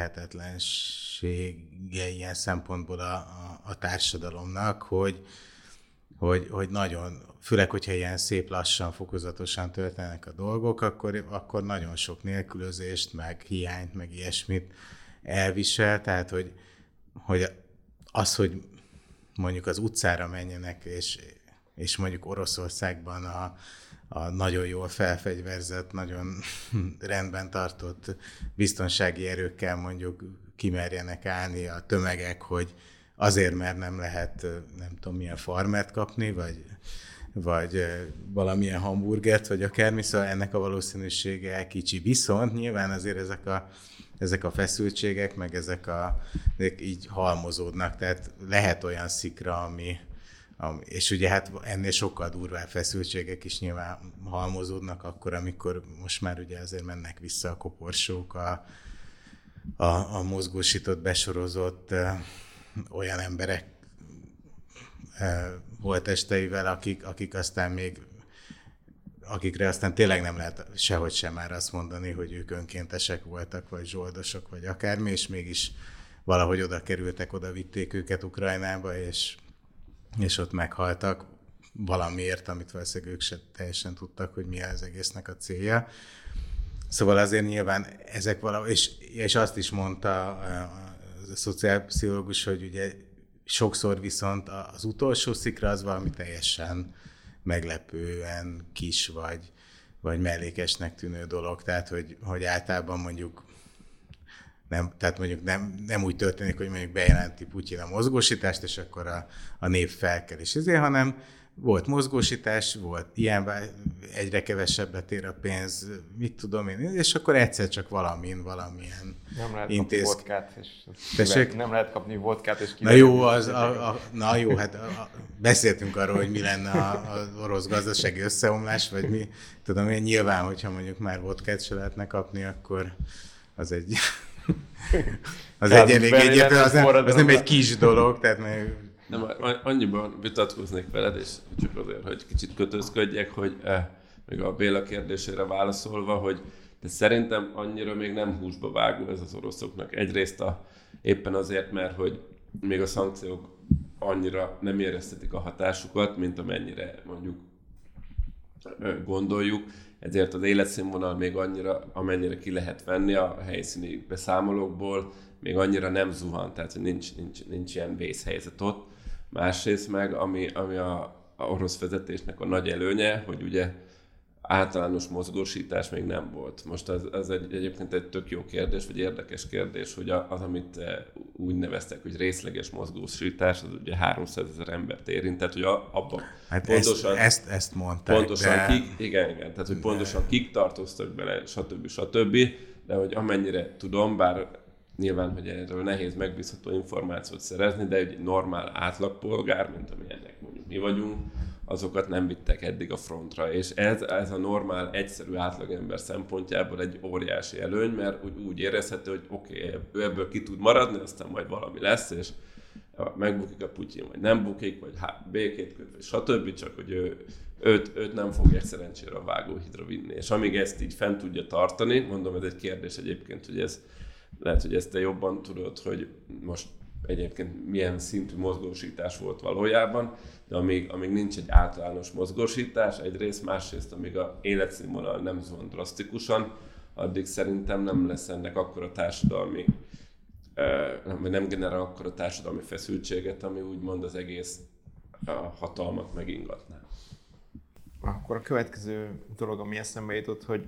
D: tehetetlensége ilyen szempontból a társadalomnak, hogy nagyon, főleg, hogyha ilyen szép lassan, fokozatosan történnek a dolgok, akkor nagyon sok nélkülözést, meg hiányt, meg ilyesmit elvisel, tehát hogy az, hogy mondjuk az utcára menjenek, és mondjuk Oroszországban a nagyon jól felfegyverzett, nagyon rendben tartott biztonsági erőkkel mondjuk kimerjenek állni a tömegek, hogy azért, mert nem lehet nem tudom milyen farmert kapni, vagy valamilyen hamburgert, vagy akármi, szóval ennek a valószínűsége kicsi. Viszont nyilván azért ezek a feszültségek, meg ezek így halmozódnak, tehát lehet olyan szikra, és ugye hát ennél sokkal durvább feszültségek is nyilván halmozódnak akkor, amikor most már ugye azért mennek vissza a koporsók, a mozgósított, besorozott olyan emberek holttesteivel, akik aztán akikre aztán tényleg nem lehet sehogy sem már azt mondani, hogy ők önkéntesek voltak, vagy zsoldosok, vagy akármi, és mégis valahogy oda kerültek, oda vitték őket Ukrajnába, és ott meghaltak valamiért, amit valószínűleg ők sem teljesen tudtak, hogy mi az egésznek a célja. Szóval azért nyilván ezek és azt is mondta a szociálpszichológus, hogy ugye sokszor viszont az utolsó szikra az valami teljesen meglepően kis vagy mellékesnek tűnő dolog, tehát hogy általában mondjuk nem úgy történik, hogy mondjuk bejelenti Putyin a mozgósítást, és akkor a nép felkel és hanem volt mozgósítás, volt ilyen, egyre kevesebbet ér a pénz, mit tudom én, és akkor egyszer csak valamilyen
B: nem lehet
D: intéz...
B: kapni vodkát, és
D: nem
B: lehet kapni vodkát, és
D: Na jó, hát beszéltünk arról, hogy mi lenne az orosz gazdasági összeomlás, vagy mi, tudom én, nyilván, hogyha mondjuk már vodkát se lehetne kapni, akkor az egy elég egyértelmű, az nem egy kis dolog, tehát
C: nem, annyiban vitatkoznék veled, és csak azért, hogy kicsit kötözködjek, hogy még a Béla kérdésére válaszolva, hogy de szerintem annyira még nem húsba vágó ez az oroszoknak. Egyrészt éppen azért, mert hogy még a szankciók annyira nem éreztetik a hatásukat, mint amennyire mondjuk gondoljuk, ezért az életszínvonal még annyira, amennyire ki lehet venni a helyszíni beszámolókból, még annyira nem zuhan, tehát nincs ilyen vészhelyzet ott. Másrészt meg, ami a orosz vezetésnek a nagy előnye, hogy ugye általános mozgósítás még nem volt. Most az egyébként egy tök jó kérdés, vagy érdekes kérdés, hogy az, amit úgy neveztek, hogy részleges mozgósítás, az ugye 300 000 embert érint, tehát hogy abban
D: hát
C: pontosan...
D: Ezt mondták,
C: pontosan
D: de...
C: Igen, tehát hogy pontosan kik tartoztak bele, stb. De hogy amennyire tudom, bár nyilván, hogy erről nehéz megbízható információt szerezni, de egy normál átlagpolgár, mint amilyennek mondjuk mi vagyunk, azokat nem vittek eddig a frontra. És ez a normál, egyszerű átlagember szempontjából egy óriási előny, mert úgy érezhető, hogy oké, ő ebből ki tud maradni, aztán majd valami lesz, és megbukik a Putyin, vagy nem bukik, vagy békét köt, vagy stb. Csak hogy őt nem fogják szerencsére a vágóhídra vinni. És amíg ezt így fent tudja tartani, mondom, ez egy kérdés egyébként, hogy ez lehet, hogy ezt te jobban tudod, hogy most egyébként milyen szintű mozgósítás volt valójában, de amíg nincs egy általános mozgósítás, egyrészt, másrészt, amíg az életszínvonal nem zuhan drasztikusan, addig szerintem nem lesz ennek akkora társadalmi, vagy nem generál akkora társadalmi feszültséget, ami úgymond az egész hatalmat megingatná.
B: Akkor a következő dolog, ami eszembe jutott, hogy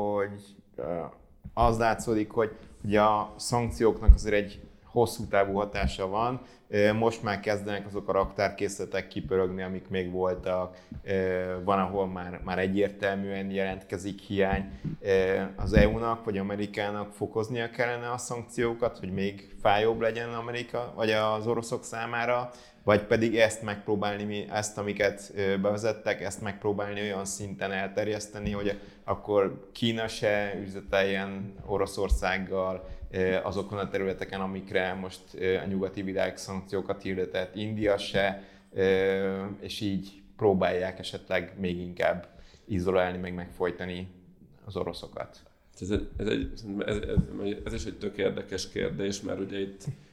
B: az látszódik, hogy ugye a szankcióknak azért egy hosszú távú hatása van. Most már kezdenek azok a raktárkészletek kipörögni, amik még voltak. Van, ahol már egyértelműen jelentkezik hiány. Az EU-nak vagy Amerikának fokoznia kellene a szankciókat, hogy még fájóbb legyen Amerika vagy az oroszok számára, vagy pedig ezt, amiket bevezettek, ezt megpróbálni olyan szinten elterjeszteni, hogy akkor Kína se üzleteljen Oroszországgal azokon a területeken, amikre most a nyugati világ szankciókat hirdetett, India se, és így próbálják esetleg még inkább izolálni, meg megfojtani az oroszokat.
C: Ez is egy tök érdekes kérdés, mert ugye itt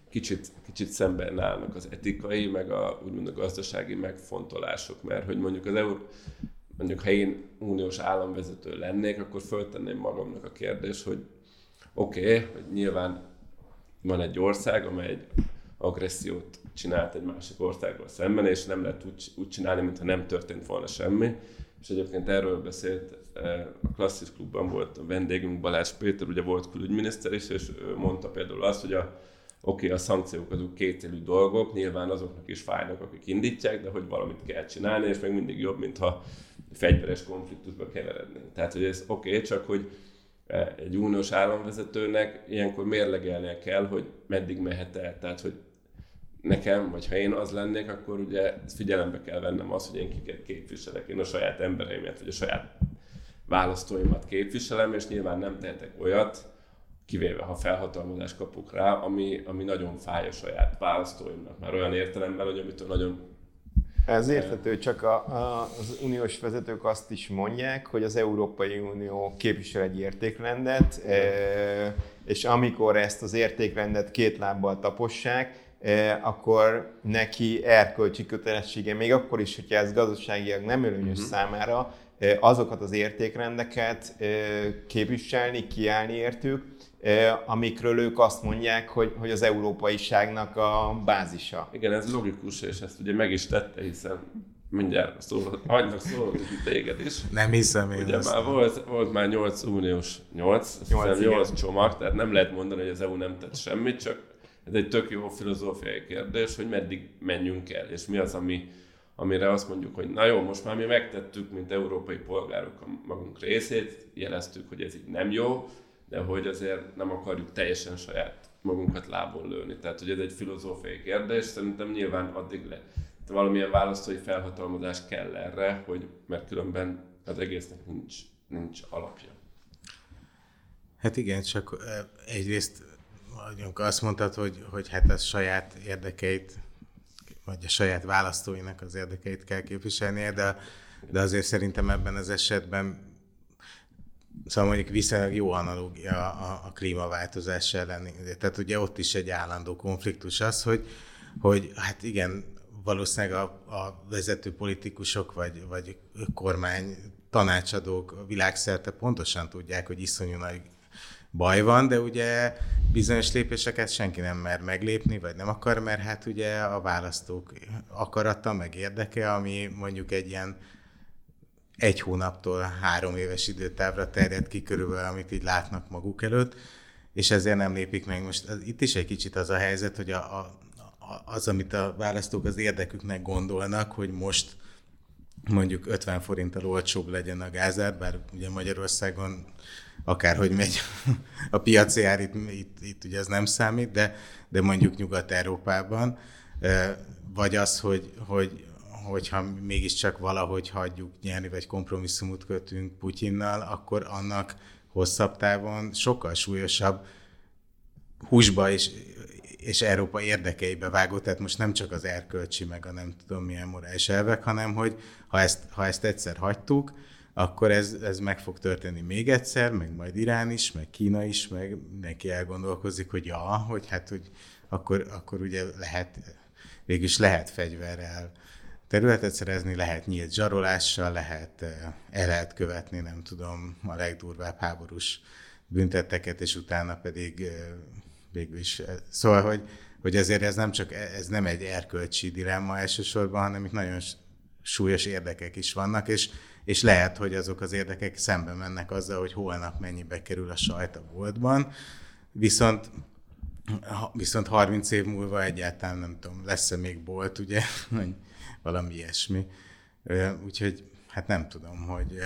C: kicsit szemben állnak az etikai, meg úgymond a gazdasági megfontolások, mert hogy mondjuk ha én uniós államvezető lennék, akkor föltenném magamnak a kérdést, hogy oké, hogy nyilván van egy ország, amely egy agressziót csinált egy másik országgal szemben, és nem lehet úgy csinálni, mintha nem történt volna semmi. És egyébként erről beszélt, a Klasszis Klubban volt a vendégünk, Balázs Péter, ugye volt külügyminiszter is, és ő mondta például azt, hogy a szankciók azok kétélű dolgok, nyilván azoknak is fájnak, akik indítják, de hogy valamit kell csinálni, és meg mindig jobb, mintha fegyveres konfliktusba keverednénk. Tehát, hogy ez csak hogy egy uniós államvezetőnek ilyenkor mérlegelnie kell, hogy meddig mehet el. Tehát, hogy nekem, vagy ha én az lennék, akkor ugye figyelembe kell vennem azt, hogy én kiket képviselek. Én a saját embereimet, vagy a saját választóimat képviselem, és nyilván nem tehetek olyat, kivéve ha felhatalmazást kapok rá, ami nagyon fáj a saját választóimnak. Már olyan értelemben, hogy amitől nagyon...
B: Ez érthető, csak az uniós vezetők azt is mondják, hogy az Európai Unió képvisel egy értékrendet, és amikor ezt az értékrendet két lábbal tapossák, akkor neki erkölcsi kötelessége, még akkor is, hogyha ez gazdaságilag nem előnyös számára, azokat az értékrendeket képviselni, kiállni értük, amikről ők azt mondják, hogy az európaiságnak a bázisa.
C: Igen, ez logikus, és ezt ugye meg is tette, hiszen mindjárt hagynak szólni téged is.
D: Nem hiszem én.
C: Ugye már volt már 8 uniós, 8 csomag, tehát nem lehet mondani, hogy az EU nem tett semmit, csak ez egy tök jó filozófiai kérdés, hogy meddig menjünk el, és mi az, amire azt mondjuk, hogy na jó, most már mi megtettük, mint európai polgárok a magunk részét, jeleztük, hogy ez így nem jó, de hogy azért nem akarjuk teljesen saját magunkat lábon lőni. Tehát, hogy ez egy filozófiai kérdés, szerintem nyilván addig valamilyen választói felhatalmazás kell erre, mert különben az egésznek nincs alapja.
D: Hát igen, csak egyrészt azt mondtad, hogy hát a saját érdekeit, vagy a saját választóinak az érdekeit kell képviselnie, de azért szerintem ebben az esetben szóval mondjuk viszonylag jó analógia a klímaváltozás ellen. Tehát ugye ott is egy állandó konfliktus az, hogy hát igen, valószínűleg a vezető politikusok vagy kormány tanácsadók világszerte pontosan tudják, hogy iszonyú nagy baj van, de ugye bizonyos lépéseket senki nem mer meglépni, vagy nem akar, mert hát ugye a választók akarata, meg érdeke, ami mondjuk egy ilyen 1 hónaptól 3 éves időtávra terjed ki körülbelül, amit így látnak maguk előtt, és ezért nem lépik meg. Most itt is egy kicsit az a helyzet, hogy az, amit a választók az érdeküknek gondolnak, hogy most mondjuk 50 forinttal olcsóbb legyen a gázár, bár ugye Magyarországon akárhogy megy a piaci ár, itt ugye ez nem számít, de mondjuk Nyugat-Európában, vagy az, hogyha mégiscsak valahogy hagyjuk nyerni, vagy kompromisszumot kötünk Putyinnal, akkor annak hosszabb távon sokkal súlyosabb húsba és Európa érdekeibe vágó, tehát most nem csak az erkölcsi, meg a nem tudom milyen morális elvek, hanem hogy ha ezt egyszer hagytuk, akkor ez meg fog történni még egyszer, meg majd Irán is, meg Kína is, meg mindenki elgondolkozik, hogy akkor ugye végülis lehet fegyverrel területet szerezni, lehet nyílt zsarolással, el lehet követni, nem tudom, a legdurvább háborús büntetteket, és utána pedig végülis. Szóval, hogy ezért ez nem egy erkölcsi dilemma elsősorban, hanem itt nagyon súlyos érdekek is vannak, és lehet, hogy azok az érdekek szembe mennek azzal, hogy holnap mennyibe kerül a sajt a boltban, viszont 30 év múlva egyáltalán nem tudom, lesz-e még bolt, ugye, valami ilyesmi. Úgyhogy hát nem tudom,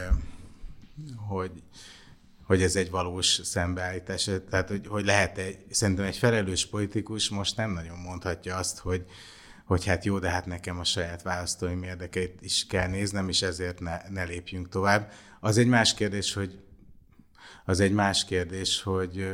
D: hogy ez egy valós szembeállítás. Tehát, hogy lehet szerintem egy felelős politikus most nem nagyon mondhatja azt, hogy hát jó, de hát nekem a saját választóim érdekeit is kell néznem, és ezért ne lépjünk tovább. Az egy más kérdés,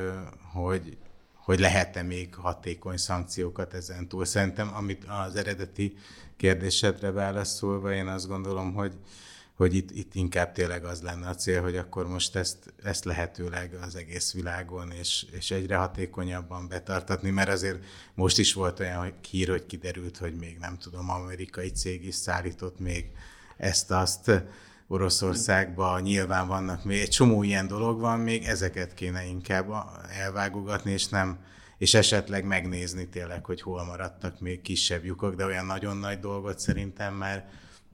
D: hogy lehet-e még hatékony szankciókat ezen túl. Szerintem, amit az eredeti kérdésedre válaszolva, én azt gondolom, hogy itt inkább tényleg az lenne a cél, hogy akkor most ezt lehetőleg az egész világon és egyre hatékonyabban betartatni, mert azért most is volt olyan hír, hogy kiderült, hogy még nem tudom, amerikai cég is szállított még ezt-azt Oroszországba, nyilván vannak még egy csomó ilyen dolog van még, ezeket kéne inkább elvágogatni, és esetleg megnézni tényleg, hogy hol maradtak még kisebb lyukak, de olyan nagyon nagy dolgot szerintem már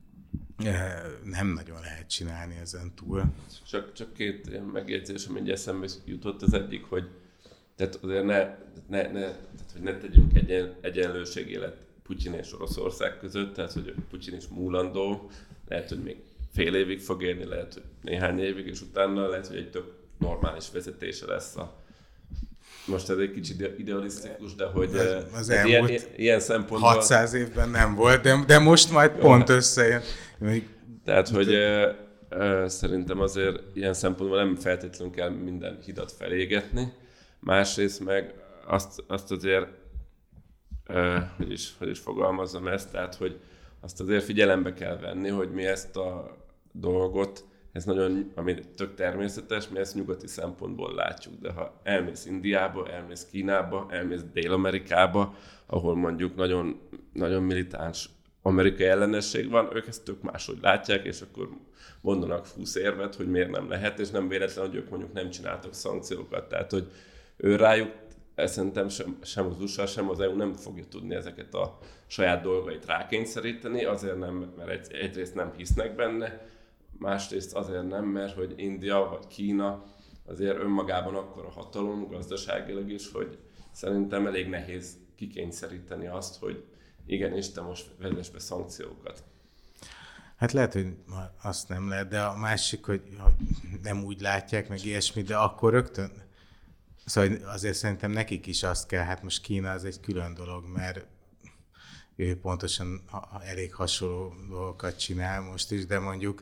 D: nem nagyon lehet csinálni ezen túl.
C: Csak két ilyen megjegyzés, ami eszembe jutott. Az egyik, hogy tehát azért hogy ne tegyünk egyenlőségélet Putyin és Oroszország között, tehát hogy Putyin is múlandó, lehet, hogy még fél évig fog élni, lehet, hogy néhány évig, és utána lehet, hogy egy tök normális vezetése lesz most ez egy kicsit idealisztikus, de hogy
D: az elmúlt
C: ilyen szempontból...
D: 600 évben nem volt, de most majd pont összejön.
C: Tehát, hogy szerintem azért ilyen szempontból nem feltétlenül kell minden hidat felégetni. Másrészt meg azt azért, hogy is fogalmazzam ezt, tehát, hogy azt azért figyelembe kell venni, hogy mi ezt a dolgot, ez nagyon, ami tök természetes, mi ezt nyugati szempontból látjuk, de ha elmész Indiába, elmész Kínába, elmész Dél-Amerikába, ahol mondjuk nagyon, nagyon militáns amerikai ellenesség van, ők ezt tök máshogy látják, és akkor mondanak 20 érvet, hogy miért nem lehet, és nem véletlen, hogy ők mondjuk nem csináltak szankciókat. Tehát, hogy ő rájuk, szerintem sem az USA, sem az EU nem fogja tudni ezeket a saját dolgait rákényszeríteni, azért nem, mert egyrészt nem hisznek benne, másrészt azért nem, mert hogy India vagy Kína azért önmagában akkora hatalom gazdaságilag is, hogy szerintem elég nehéz kikényszeríteni azt, hogy igenis, te most vezess be szankciókat.
D: Hát lehet, hogy azt nem lehet, de a másik, hogy nem úgy látják, meg ilyesmi, de akkor rögtön. Szóval azért szerintem nekik is azt kell, hát most Kína az egy külön dolog, mert ő pontosan elég hasonló dolgokat csinál most is, de mondjuk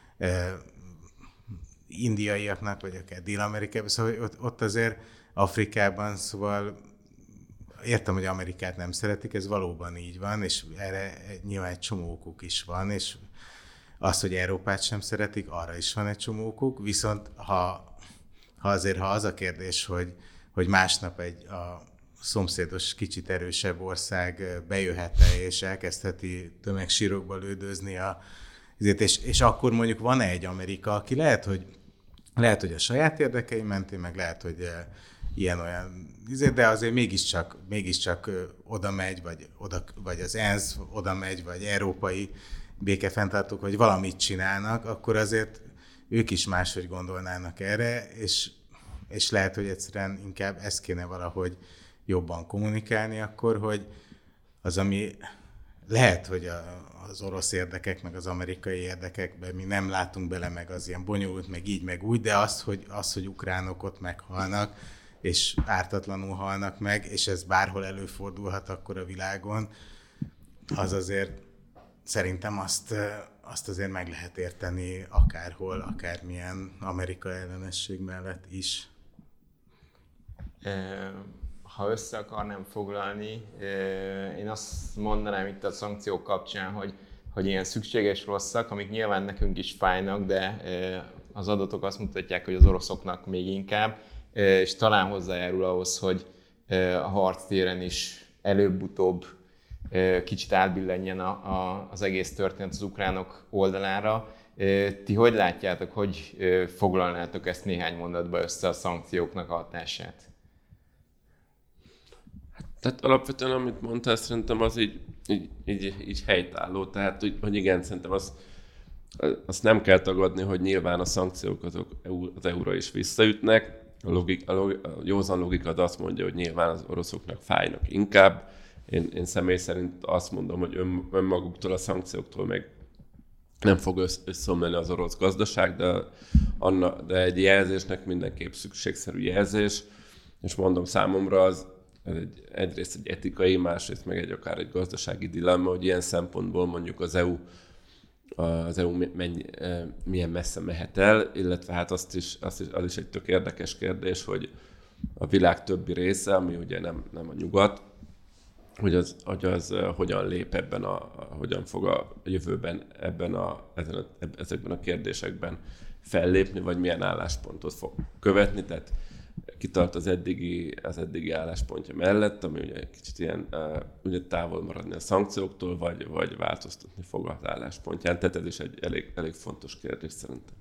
D: indiaiaknak, vagy akár Dél-Amerikában, szóval ott azért Afrikában, szóval értem, hogy Amerikát nem szeretik, ez valóban így van, és erre nyilván egy csomó okuk is van, és az, hogy Európát sem szeretik, arra is van egy csomó okuk, viszont ha az a kérdés, hogy másnap a szomszédos, kicsit erősebb ország bejöhetne és elkezdheti tömegsírokba lődözni és akkor mondjuk van egy Amerika, aki lehet, hogy a saját érdekei mentén, meg lehet, hogy ilyen-olyan, de azért mégiscsak oda megy, vagy az ENSZ oda megy, vagy európai békefenntartók, vagy valamit csinálnak, akkor azért ők is máshogy gondolnának erre, és lehet, hogy egyszerűen inkább ezt kéne valahogy jobban kommunikálni akkor, hogy az, ami lehet, hogy az orosz érdekek, meg az amerikai érdekekben mi nem látunk bele, meg az ilyen bonyolult, meg így, meg úgy, de hogy ukránok ott meghalnak, és ártatlanul halnak meg, és ez bárhol előfordulhat akkor a világon, az azért szerintem azt azért meg lehet érteni akárhol, akármilyen Amerika ellenesség mellett is.
B: Ha össze akarnám foglalni, én azt mondanám itt a szankciók kapcsán, hogy ilyen szükséges rosszak, amik nyilván nekünk is fájnak, de az adatok azt mutatják, hogy az oroszoknak még inkább, és talán hozzájárul ahhoz, hogy a harctéren is előbb-utóbb kicsit átbillenjen az egész történet az ukránok oldalára. Ti hogy látjátok, hogy foglalnátok ezt néhány mondatba össze a szankcióknak a hatását?
C: Tehát alapvetően, amit mondtál, szerintem az így helytálló. Tehát, hogy igen, szerintem azt nem kell tagadni, hogy nyilván a szankciók azok az EU-ra is visszaütnek. A józan logika azt mondja, hogy nyilván az oroszoknak fájnak inkább. Én személy szerint azt mondom, hogy önmaguktól a szankcióktól meg nem fog összeomlani az orosz gazdaság, de egy jelzésnek mindenképp szükségszerű jelzés. És mondom, számomra ez egyrészt egy etikai, másrészt meg akár egy gazdasági dilemma, hogy ilyen szempontból mondjuk az EU milyen messze mehet el, illetve hát az is egy tök érdekes kérdés, hogy a világ többi része, ami ugye nem a nyugat, hogyan lép hogyan fog a jövőben ezekben a kérdésekben fellépni, vagy milyen álláspontot fog követni, tehát kitart az eddigi álláspontja mellett, ami ugye kicsit ilyen ugye távol maradni a szankcióktól, vagy változtatni fog az álláspontján. Tehát ez is egy elég fontos kérdés szerintem.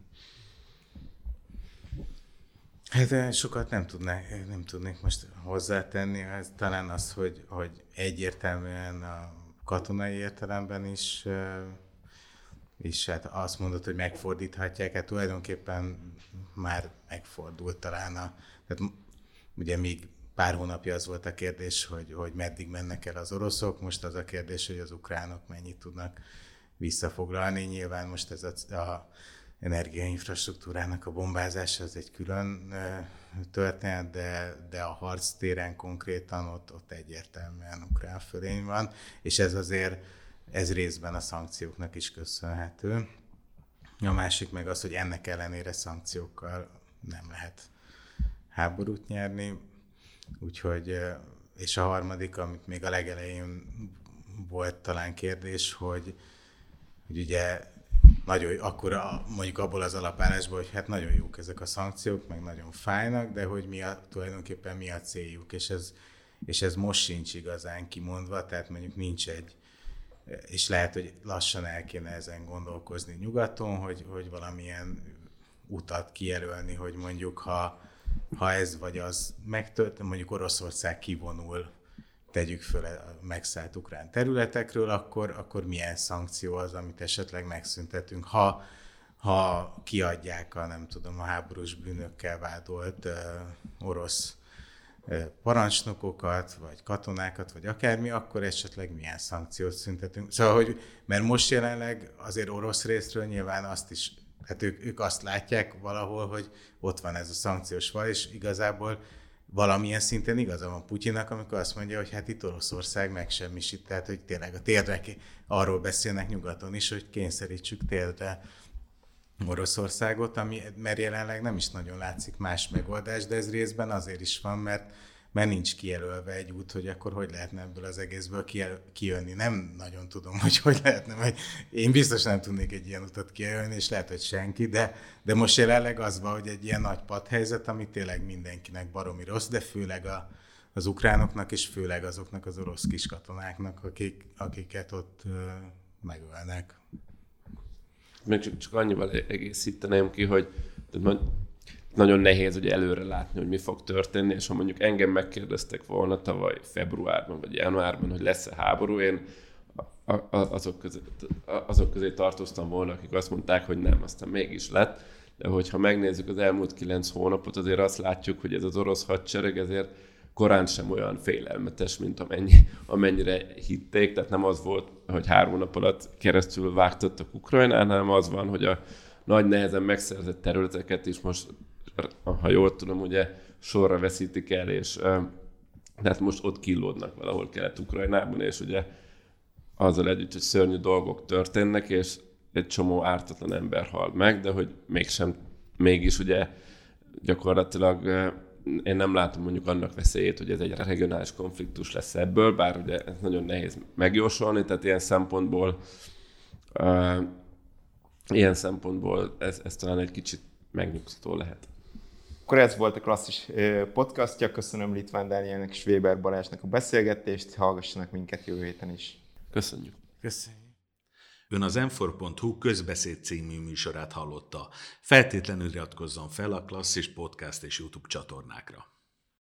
D: Hát sokat nem tudnék most hozzátenni, ez talán az, hogy egyértelműen a katonai értelemben is, és hát azt mondod, hogy megfordíthatják, hát tulajdonképpen már megfordult talán tehát ugye még pár hónapja az volt a kérdés, hogy meddig mennek el az oroszok, most az a kérdés, hogy az ukránok mennyit tudnak visszafoglalni. Nyilván most ez a energiainfrastruktúrának a bombázása az egy külön történet, de a harctéren konkrétan ott egyértelműen ukrán fölény van, és ez részben a szankcióknak is köszönhető. A másik meg az, hogy ennek ellenére szankciókkal nem lehet háborút nyerni, úgyhogy, és a harmadik, amit még a legelején volt talán kérdés, hogy ugye nagyon, akkor mondjuk abból az alapállásból, hogy hát nagyon jók ezek a szankciók, meg nagyon fájnak, de hogy tulajdonképpen mi a céljuk, és ez most sincs igazán kimondva, tehát mondjuk nincs és lehet, hogy lassan el kéne ezen gondolkozni nyugaton, hogy valamilyen utat kijelölni, hogy mondjuk ha ez vagy az megtörtént, mondjuk Oroszország kivonul, tegyük föl a megszállt ukrán területekről, akkor milyen szankció az, amit esetleg megszüntetünk. Ha kiadják a háborús bűnökkel vádolt orosz parancsnokokat, vagy katonákat, vagy akármi, akkor esetleg milyen szankciót szüntetünk. Szóval, mert most jelenleg azért orosz részről nyilván azt is, hát ők azt látják valahol, hogy ott van ez a szankciós val, és igazából valamilyen szinten igaza van Putyinnak, amikor azt mondja, hogy hát itt Oroszország megsemmisít, tehát hogy tényleg a térdre arról beszélnek nyugaton is, hogy kényszerítsük térdre Oroszországot, mert jelenleg nem is nagyon látszik más megoldás, de ez részben azért is van, mert nincs kijelölve egy út, hogy akkor hogy lehetne ebből az egészből kijönni. Nem nagyon tudom, hogy lehetne, vagy én biztos nem tudnék egy ilyen utat kijelölni, és lehet, hogy senki, de most jelenleg az van, hogy egy ilyen nagy padhelyzet, ami tényleg mindenkinek baromi rossz, de főleg az ukránoknak, és főleg azoknak az orosz kiskatonáknak, akiket ott megölnek.
C: Még csak annyival egészíteném ki, hogy nagyon nehéz ugye előre látni, hogy mi fog történni, és ha mondjuk engem megkérdeztek volna tavaly februárban vagy januárban, hogy lesz-e háború, én azok közé tartoztam volna, akik azt mondták, hogy nem, aztán mégis lett. De hogyha megnézzük az elmúlt 9 hónapot, azért azt látjuk, hogy ez az orosz hadsereg ezért korán sem olyan félelmetes, mint amennyire hitték. Tehát nem az volt, hogy 3 nap alatt keresztül vágtottak Ukrajnán, hanem az van, hogy a nagy nehezen megszerzett területeket is most, ha jól tudom, ugye sorra veszítik el, és tehát most ott killódnak valahol Kelet-Ukrajnában, és ugye azzal együtt, hogy szörnyű dolgok történnek, és egy csomó ártatlan ember hal meg, de hogy mégis ugye gyakorlatilag én nem látom mondjuk annak veszélyét, hogy ez egy regionális konfliktus lesz ebből, bár ugye ez nagyon nehéz megjósolni, tehát ilyen szempontból ez talán egy kicsit megnyugtató lehet.
B: Akkor ez volt a Klasszis podcastja. Köszönöm Litván Dánielnek és Weber Balázsnak a beszélgetést, hallgassanak minket jövő héten is.
C: Köszönjük.
D: Köszönjük.
A: Ön az m4.hu közbeszéd című műsorát hallotta. Feltétlenül iratkozzon fel a Klasszis Podcast és YouTube csatornákra.